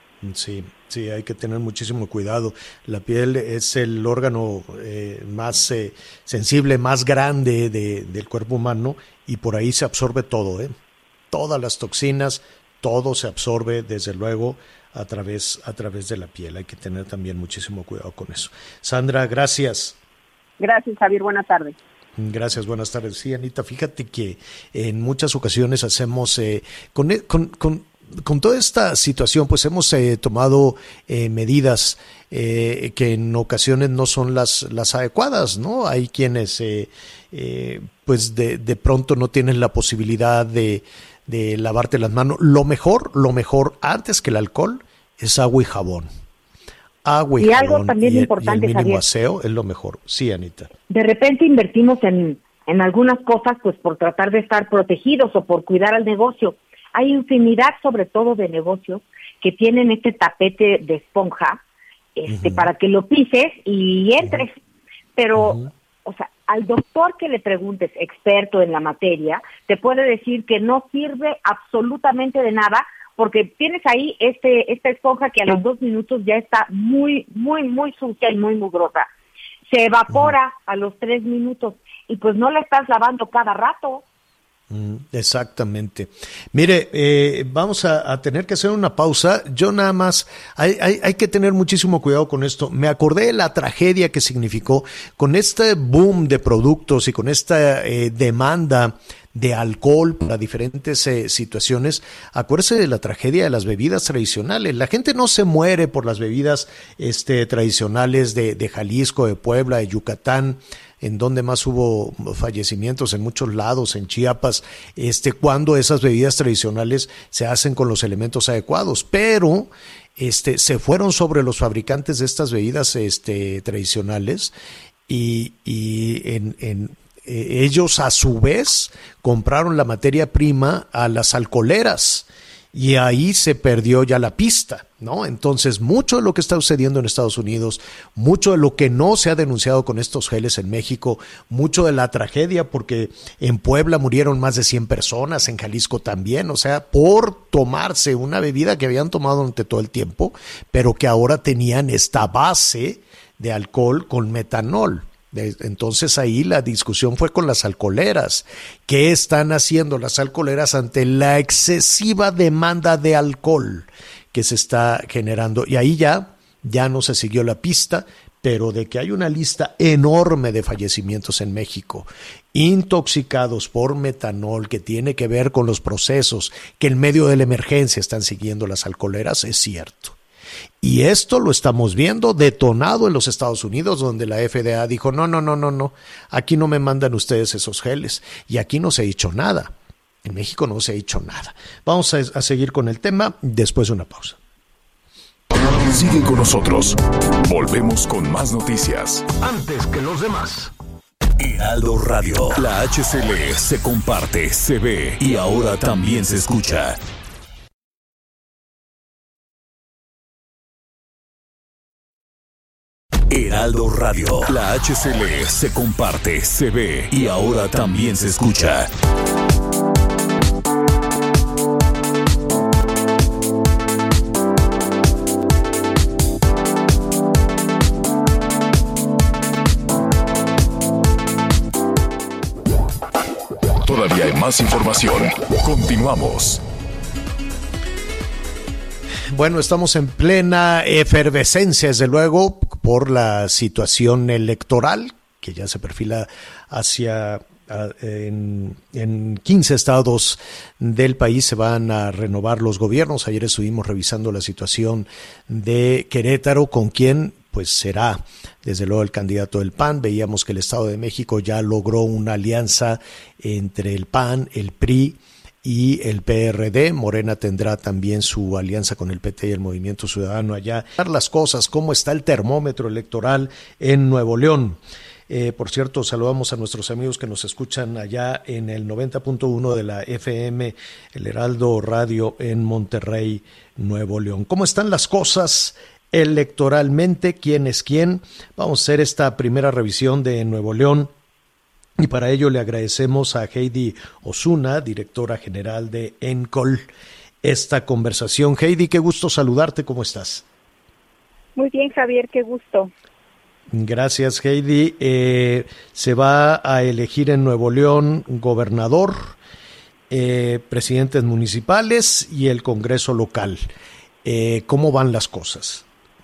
Sí, sí, hay que tener muchísimo cuidado. La piel es el órgano eh, más eh, sensible, más grande de, del cuerpo humano, y por ahí se absorbe todo, ¿eh? Todas las toxinas, todo se absorbe, desde luego, a través, a través de la piel. Hay que tener también muchísimo cuidado con eso. Sandra, gracias. Gracias, Javier. Buenas tardes. Gracias, buenas tardes. Sí, Anita, fíjate que en muchas ocasiones hacemos eh, con, con, con Con toda esta situación, pues hemos eh, tomado eh, medidas eh, que en ocasiones no son las, las adecuadas, ¿no? Hay quienes, eh, eh, pues de, de pronto no tienen la posibilidad de, de lavarte las manos. Lo mejor, lo mejor, antes que el alcohol, es agua y jabón. Agua y, y jabón. Algo también y, importante, y el mínimo Javier, aseo es lo mejor. Sí, Anita. De repente invertimos en, en algunas cosas, pues por tratar de estar protegidos o por cuidar al negocio. Hay infinidad, sobre todo, de negocios que tienen este tapete de esponja este, uh-huh. para que lo pises y entres. Uh-huh. Pero, uh-huh. o sea, al doctor que le preguntes, experto en la materia, te puede decir que no sirve absolutamente de nada porque tienes ahí este esta esponja que a los dos minutos ya está muy, muy, muy sucia y muy mugrosa. Se evapora uh-huh. a los tres minutos y pues no la estás lavando cada rato. Exactamente. Mire, eh, vamos a, a tener que hacer una pausa. Yo nada más, hay, hay, hay que tener muchísimo cuidado con esto. Me acordé de la tragedia que significó con este boom de productos y con esta eh, demanda de alcohol para diferentes eh, situaciones. Acuérdese de la tragedia de las bebidas tradicionales. La gente no se muere por las bebidas este, tradicionales de, de Jalisco, de Puebla, de Yucatán, en donde más hubo fallecimientos en muchos lados, en Chiapas, este, cuando esas bebidas tradicionales se hacen con los elementos adecuados, pero este, se fueron sobre los fabricantes de estas bebidas este, tradicionales y, y en, en eh, ellos a su vez compraron la materia prima a las alcoholeras. Y ahí se perdió ya la pista, ¿no? Entonces, mucho de lo que está sucediendo en Estados Unidos, mucho de lo que no se ha denunciado con estos geles en México, mucho de la tragedia, porque en Puebla murieron más de cien personas, en Jalisco también, o sea, por tomarse una bebida que habían tomado durante todo el tiempo, pero que ahora tenían esta base de alcohol con metanol. Entonces ahí la discusión fue con las alcoholeras. ¿Qué están haciendo las alcoholeras ante la excesiva demanda de alcohol que se está generando? Y ahí ya, ya no se siguió la pista, pero de que hay una lista enorme de fallecimientos en México, intoxicados por metanol, que tiene que ver con los procesos que en medio de la emergencia están siguiendo las alcoholeras, es cierto. Y esto lo estamos viendo detonado en los Estados Unidos, donde la F D A dijo, no, no, no, no, no, aquí no me mandan ustedes esos geles, y aquí no se ha hecho nada. En México no se ha hecho nada. Vamos a, a seguir con el tema después de una pausa. Sigue con nosotros. Volvemos con más noticias. Antes que los demás. Heraldo Radio. La H C L se comparte, se ve y ahora también se escucha. Heraldo Radio. La H C L se comparte, se ve y ahora también se escucha. Todavía hay más información. Continuamos. Bueno, estamos en plena efervescencia, desde luego, por la situación electoral que ya se perfila hacia en, en quince estados del país. Se van a renovar los gobiernos. Ayer estuvimos revisando la situación de Querétaro, con quien pues será desde luego el candidato del P A N. Veíamos que el Estado de México ya logró una alianza entre el P A N, el P R I y el P R D. Morena tendrá también su alianza con el P T y el Movimiento Ciudadano allá. Las cosas, cómo está el termómetro electoral en Nuevo León. Eh, por cierto, saludamos a nuestros amigos que nos escuchan allá en el noventa punto uno de la F M, el Heraldo Radio en Monterrey, Nuevo León. ¿Cómo están las cosas electoralmente? ¿Quién es quién? Vamos a hacer esta primera revisión de Nuevo León. Y para ello le agradecemos a Heidi Osuna, directora general de ENCOL, esta conversación. Heidi, qué gusto saludarte, ¿cómo estás? Muy bien, Javier, qué gusto. Gracias, Heidi. Eh, se va a elegir en Nuevo León gobernador, eh, presidentes municipales y el Congreso local. Eh, ¿Cómo van las cosas?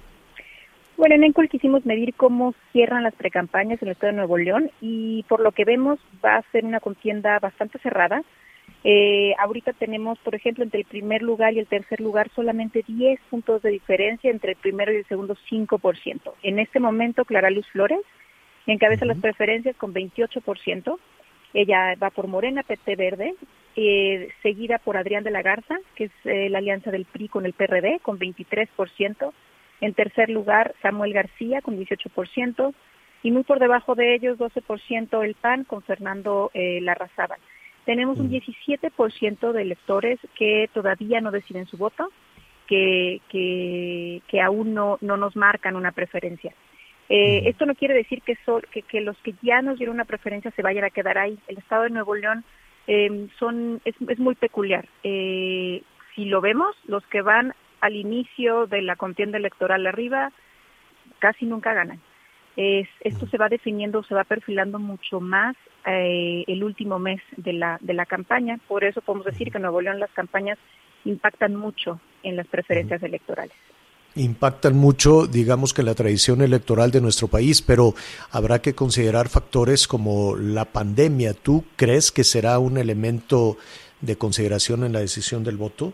Bueno, en ENCOL quisimos medir cómo cierran las precampañas en el estado de Nuevo León y por lo que vemos va a ser una contienda bastante cerrada. Eh, ahorita tenemos, por ejemplo, entre el primer lugar y el tercer lugar solamente diez puntos de diferencia, entre el primero y el segundo cinco por ciento. En este momento, Clara Luz Flores encabeza uh-huh. las preferencias con veintiocho por ciento. Ella va por Morena, P T Verde, eh, seguida por Adrián de la Garza, que es eh, la alianza del P R I con el P R D, con veintitrés por ciento. En tercer lugar, Samuel García, con dieciocho por ciento. Y muy por debajo de ellos, doce por ciento el P A N, con Fernando eh, Larrazábal. Tenemos un diecisiete por ciento de electores que todavía no deciden su voto, que que, que aún no, no nos marcan una preferencia. Eh, uh-huh. Esto no quiere decir que, so, que, que los que ya nos dieron una preferencia se vayan a quedar ahí. El estado de Nuevo León eh, son es, es muy peculiar. Eh, si lo vemos, los que van al inicio de la contienda electoral arriba casi nunca ganan. Es, esto se va definiendo, se va perfilando mucho más eh, el último mes de la de la campaña. Por eso podemos decir que en Nuevo León las campañas impactan mucho en las preferencias uh-huh. electorales. Impactan mucho, digamos que la tradición electoral de nuestro país, pero habrá que considerar factores como la pandemia. ¿Tú crees que será un elemento de consideración en la decisión del voto?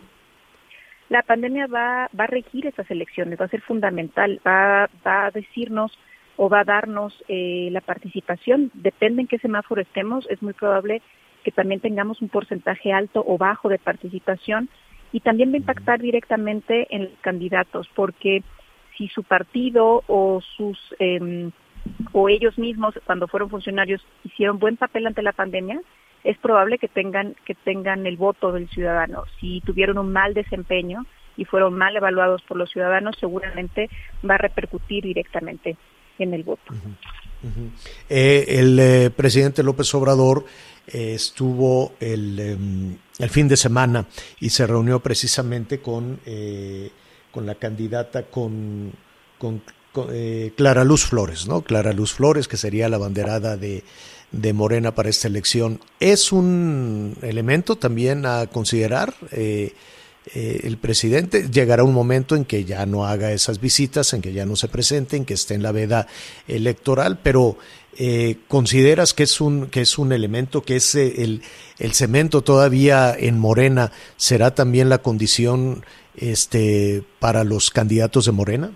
La pandemia va, va a regir esas elecciones, va a ser fundamental, va, va a decirnos o va a darnos eh, la participación. Depende en qué semáforo estemos, es muy probable que también tengamos un porcentaje alto o bajo de participación. Y también va a impactar directamente en los candidatos, porque si su partido o sus eh, o ellos mismos, cuando fueron funcionarios, hicieron buen papel ante la pandemia, es probable que tengan que tengan el voto del ciudadano. Si tuvieron un mal desempeño y fueron mal evaluados por los ciudadanos, seguramente va a repercutir directamente en el voto. Uh-huh. Uh-huh. Eh, el eh, presidente López Obrador eh, estuvo el, eh, el fin de semana y se reunió precisamente con, eh, con la candidata, con, con, con eh, Clara Luz Flores, ¿no? Clara Luz Flores, que sería la abanderada de, de Morena para esta elección. ¿Es un elemento también a considerar? Eh, Eh, el presidente llegará un momento en que ya no haga esas visitas, en que ya no se presente, en que esté en la veda electoral, pero eh, ¿consideras que es un que es un elemento, que es el, el cemento todavía en Morena, será también la condición este para los candidatos de Morena?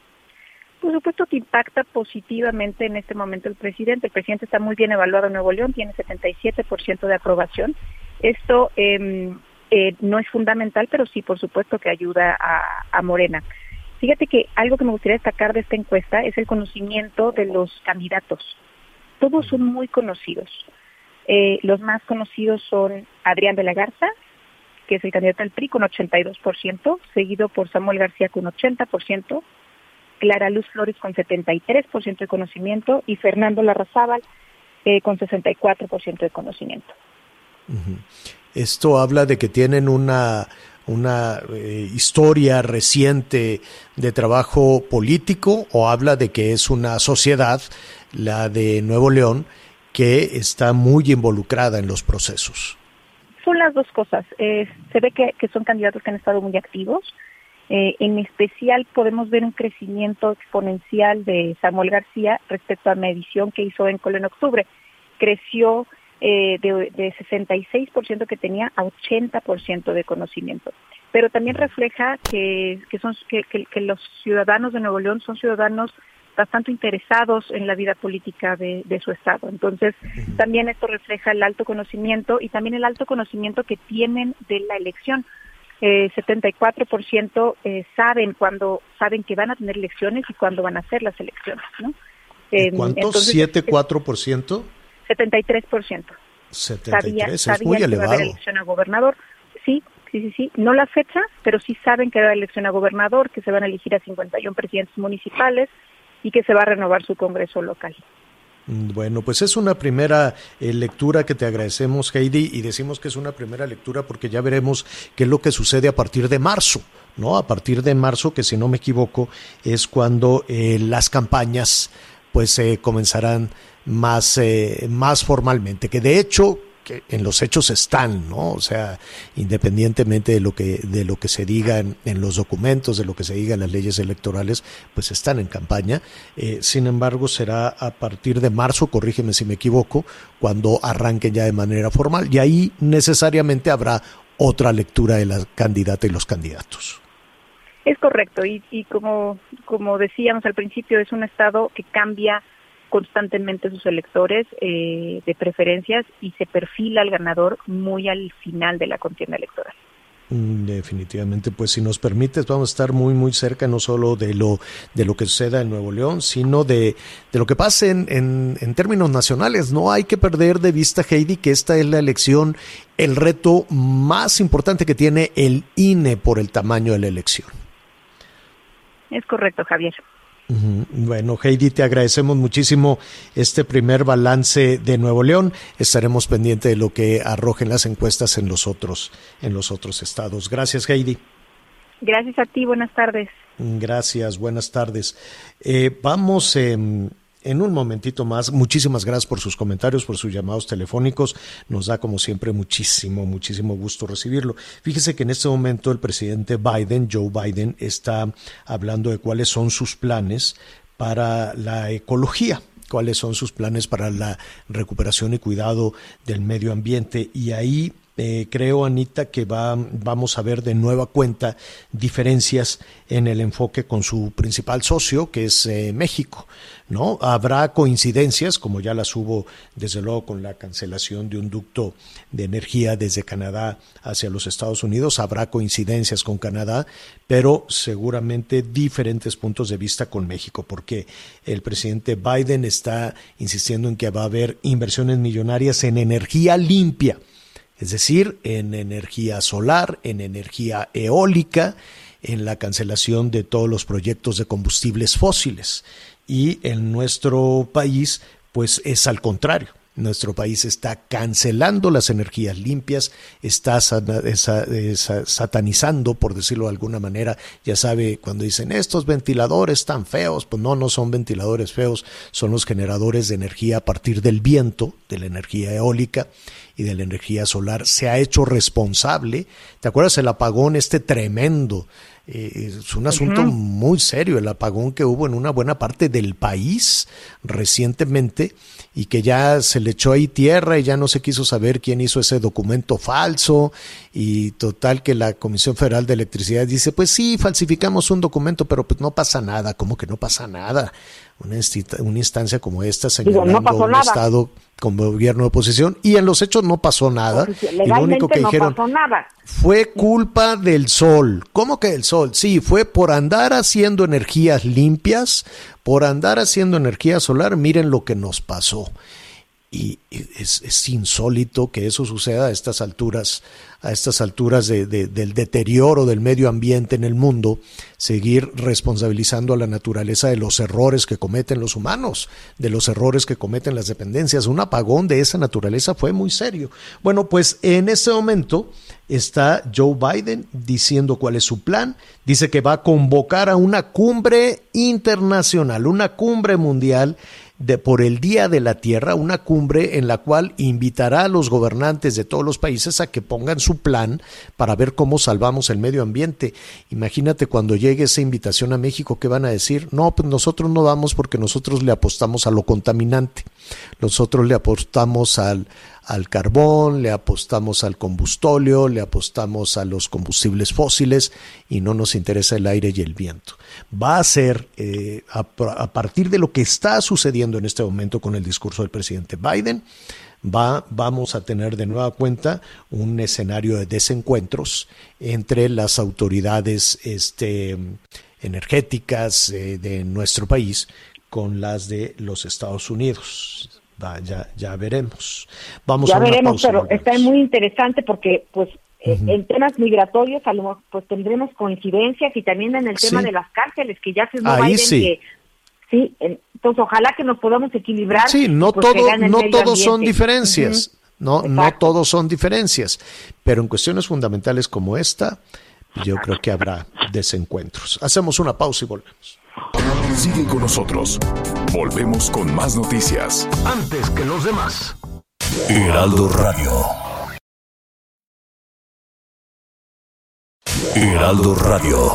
Por supuesto que impacta positivamente en este momento el presidente. El presidente está muy bien evaluado en Nuevo León, tiene setenta y siete por ciento de aprobación. Esto eh, Eh, no es fundamental, pero sí, por supuesto, que ayuda a, a Morena. Fíjate que algo que me gustaría destacar de esta encuesta es el conocimiento de los candidatos. Todos son muy conocidos. Eh, los más conocidos son Adrián de la Garza, que es el candidato del P R I con ochenta y dos por ciento, seguido por Samuel García con ochenta por ciento, Clara Luz Flores con setenta y tres por ciento de conocimiento y Fernando Larrazábal eh, con sesenta y cuatro por ciento de conocimiento. Uh-huh. Esto habla de que tienen una, una eh, historia reciente de trabajo político, o habla de que es una sociedad, la de Nuevo León, que está muy involucrada en los procesos. Son las dos cosas. Eh, se ve que, que son candidatos que han estado muy activos. Eh, en especial podemos ver un crecimiento exponencial de Samuel García respecto a la medición que hizo ENCOL en octubre. Creció Eh, de, de sesenta y seis por ciento que tenía a ochenta por ciento de conocimiento. Pero también refleja que, que, son, que, que, que los ciudadanos de Nuevo León son ciudadanos bastante interesados en la vida política de, de su estado. Entonces, también esto refleja el alto conocimiento y también el alto conocimiento que tienen de la elección. Eh, setenta y cuatro por ciento eh, saben cuándo, saben que van a tener elecciones y cuándo van a hacer las elecciones, ¿no? Eh, ¿Cuánto? ¿siete, cuatro por ciento? setenta y tres por ciento. setenta y tres, sabía, es muy sabía elevado. Que va a haber elección a gobernador. Sí, sí, sí, sí. No la fecha, pero sí saben que va a haber elección a gobernador, que se van a elegir a cincuenta y uno presidentes municipales y que se va a renovar su congreso local. Bueno, pues es una primera eh, lectura que te agradecemos, Heidi, y decimos que es una primera lectura porque ya veremos qué es lo que sucede a partir de marzo, ¿no? A partir de marzo, que si no me equivoco, es cuando eh, las campañas pues eh, comenzarán más eh, más formalmente, que de hecho que en los hechos están, ¿no? O sea, independientemente de lo que de lo que se diga en, en los documentos, de lo que se diga en las leyes electorales, pues están en campaña. Eh, sin embargo, será a partir de marzo, corrígeme si me equivoco, cuando arranquen ya de manera formal, y ahí necesariamente habrá otra lectura de la candidata y los candidatos. Es correcto, y, y como como decíamos al principio, es un estado que cambia constantemente sus electores eh, de preferencias y se perfila al ganador muy al final de la contienda electoral. Definitivamente, pues si nos permites, vamos a estar muy muy cerca no solo de lo de lo que suceda en Nuevo León, sino de, de lo que pase en, en, en términos nacionales. No hay que perder de vista, Heidi, que esta es la elección, el reto más importante que tiene el I N E por el tamaño de la elección. Es correcto, Javier. Uh-huh. Bueno, Heidi, te agradecemos muchísimo este primer balance de Nuevo León. Estaremos pendientes de lo que arrojen las encuestas en los otros, en los otros estados. Gracias, Heidi. Gracias a ti, buenas tardes. Gracias, buenas tardes. Eh, vamos eh, en un momentito más. Muchísimas gracias por sus comentarios, por sus llamados telefónicos. Nos da, como siempre, muchísimo, muchísimo gusto recibirlo. Fíjese que en este momento el presidente Biden, Joe Biden, está hablando de cuáles son sus planes para la ecología, cuáles son sus planes para la recuperación y cuidado del medio ambiente. Y ahí Eh, creo, Anita, que va, vamos a ver de nueva cuenta diferencias en el enfoque con su principal socio, que es eh, México, ¿no? Habrá coincidencias, como ya las hubo desde luego con la cancelación de un ducto de energía desde Canadá hacia los Estados Unidos, habrá coincidencias con Canadá, pero seguramente diferentes puntos de vista con México, porque el presidente Biden está insistiendo en que va a haber inversiones millonarias en energía limpia, es decir, en energía solar, en energía eólica, en la cancelación de todos los proyectos de combustibles fósiles. Y en nuestro país, pues es al contrario. Nuestro país está cancelando las energías limpias, está satanizando, por decirlo de alguna manera. Ya sabe, cuando dicen estos ventiladores tan feos, pues no, no son ventiladores feos, son los generadores de energía a partir del viento, de la energía eólica y de la energía solar. Se ha hecho responsable. ¿Te acuerdas el apagón este tremendo? Eh, es un asunto uh-huh. muy serio, el apagón que hubo en una buena parte del país recientemente y que ya se le echó ahí tierra y ya no se quiso saber quién hizo ese documento falso, y total que la Comisión Federal de Electricidad dice, pues sí, falsificamos un documento, pero pues no pasa nada. ¿Cómo que no pasa nada? Una, inst- una instancia como esta señalando Digo, no un nada. Estado como gobierno de oposición, y en los hechos no pasó nada. Legalmente y lo único que no dijeron pasó nada. Fue culpa del sol. ¿Cómo que del sol? Sí, fue por andar haciendo energías limpias, por andar haciendo energía solar. Miren lo que nos pasó. Y es, es insólito que eso suceda a estas alturas, a estas alturas de, de, del deterioro del medio ambiente en el mundo, seguir responsabilizando a la naturaleza de los errores que cometen los humanos, de los errores que cometen las dependencias. Un apagón de esa naturaleza fue muy serio. Bueno, pues en este momento está Joe Biden diciendo cuál es su plan. Dice que va a convocar a una cumbre internacional, una cumbre mundial de por el Día de la Tierra, una cumbre en la cual invitará a los gobernantes de todos los países a que pongan su plan para ver cómo salvamos el medio ambiente. Imagínate cuando llegue esa invitación a México, ¿qué van a decir? No, pues nosotros no vamos porque nosotros le apostamos a lo contaminante, nosotros le apostamos al al carbón, le apostamos al combustóleo, le apostamos a los combustibles fósiles y no nos interesa el aire y el viento. Va a ser, eh, a, a partir de lo que está sucediendo en este momento con el discurso del presidente Biden, va, vamos a tener de nueva cuenta un escenario de desencuentros entre las autoridades este, energéticas eh, de nuestro país con las de los Estados Unidos. Va, ya, ya veremos. Vamos ya a una veremos, pausa, pero volvemos. Está muy interesante porque, pues, uh-huh. en temas migratorios, a lo mejor, pues tendremos coincidencias, y también en el tema sí. de las cárceles, que ya se no Ahí Biden, sí. que sí, entonces ojalá que nos podamos equilibrar. Sí, no pues, todo, no todos ambiente. son diferencias. Uh-huh. No, no todos son diferencias, pero en cuestiones fundamentales como esta, yo creo que habrá desencuentros. Hacemos una pausa y volvemos. Sigue con nosotros. Volvemos con más noticias. Antes que los demás. Heraldo Radio. Heraldo Radio.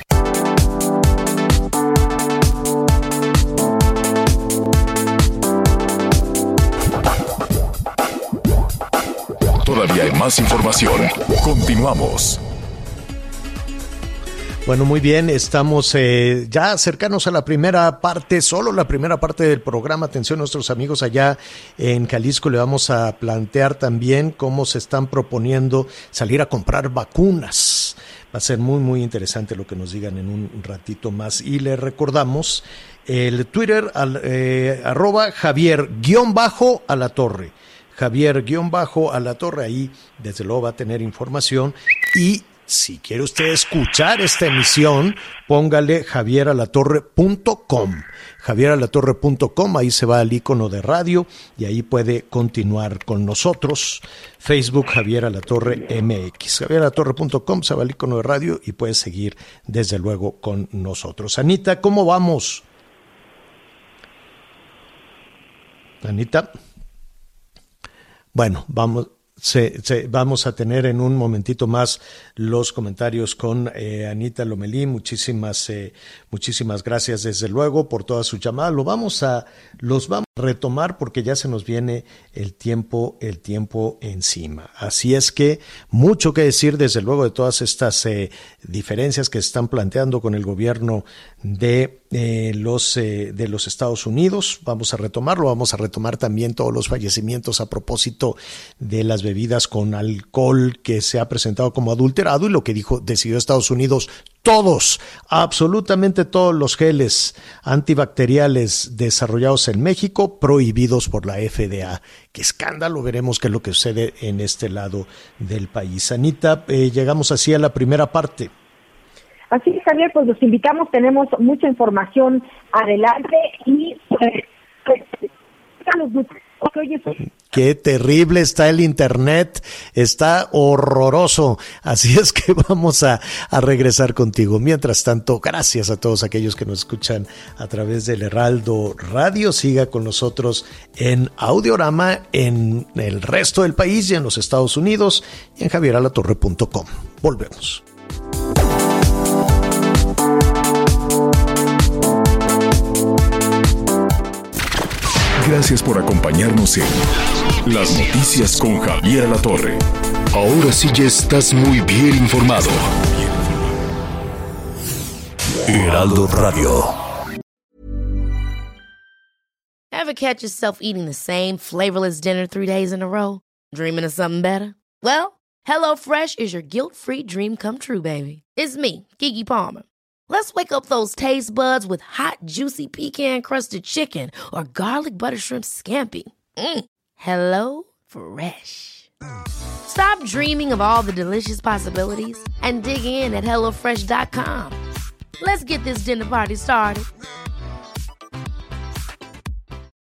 Todavía hay más información. Continuamos. Bueno, muy bien, estamos eh, ya cercanos a la primera parte, solo la primera parte del programa. Atención a nuestros amigos allá en Jalisco, le vamos a plantear también cómo se están proponiendo salir a comprar vacunas. Va a ser muy, muy interesante lo que nos digan en un ratito más. Y le recordamos el Twitter, al, eh, arroba Javier guión bajo a la torre. Javier guión bajo a la torre, ahí desde luego va a tener información. Y Si quiere usted escuchar esta emisión, póngale javier alatorre punto com. javier alatorre punto com, ahí se va al icono de radio y ahí puede continuar con nosotros. Facebook Javier Alatorre M X. javier alatorre punto com, se va al icono de radio y puede seguir desde luego con nosotros. Anita, ¿cómo vamos? Anita. Bueno, vamos... Se, se, vamos a tener en un momentito más los comentarios con eh, Anita Lomelí. Muchísimas, eh, muchísimas gracias desde luego por todas sus llamadas. Lo vamos a, los vamos a retomar porque ya se nos viene el tiempo, el tiempo encima. Así es que mucho que decir desde luego de todas estas eh, diferencias que se están planteando con el gobierno de eh, los eh, de los Estados Unidos. Vamos a retomarlo, vamos a retomar también todos los fallecimientos a propósito de las bebidas con alcohol que se ha presentado como adulterado y lo que dijo, decidió Estados Unidos, todos, absolutamente todos los geles antibacteriales desarrollados en México prohibidos por la F D A. Qué escándalo, veremos qué es lo que sucede en este lado del país. Anita, eh, llegamos así a la primera parte. Así es, Javier, pues los invitamos, tenemos mucha información adelante y eh, pues, qué terrible está el internet, está horroroso, así es que vamos a, a regresar contigo. Mientras tanto, gracias a todos aquellos que nos escuchan a través del Heraldo Radio. Siga con nosotros en Audiorama en el resto del país y en los Estados Unidos y en javier alatorre punto com. Volvemos. Gracias por acompañarnos en Las Noticias con Javier Alatorre. Ahora sí ya estás muy bien informado. Heraldo Radio. Ever catch yourself eating the same flavorless dinner three days in a row? Dreaming of something better? Well, HelloFresh is your guilt-free dream come true, baby. It's me, Keke Palmer. Let's wake up those taste buds with hot, juicy pecan-crusted chicken or garlic butter shrimp scampi. Mm. Hello Fresh. Stop dreaming of all the delicious possibilities and dig in at hello fresh dot com. Let's get this dinner party started.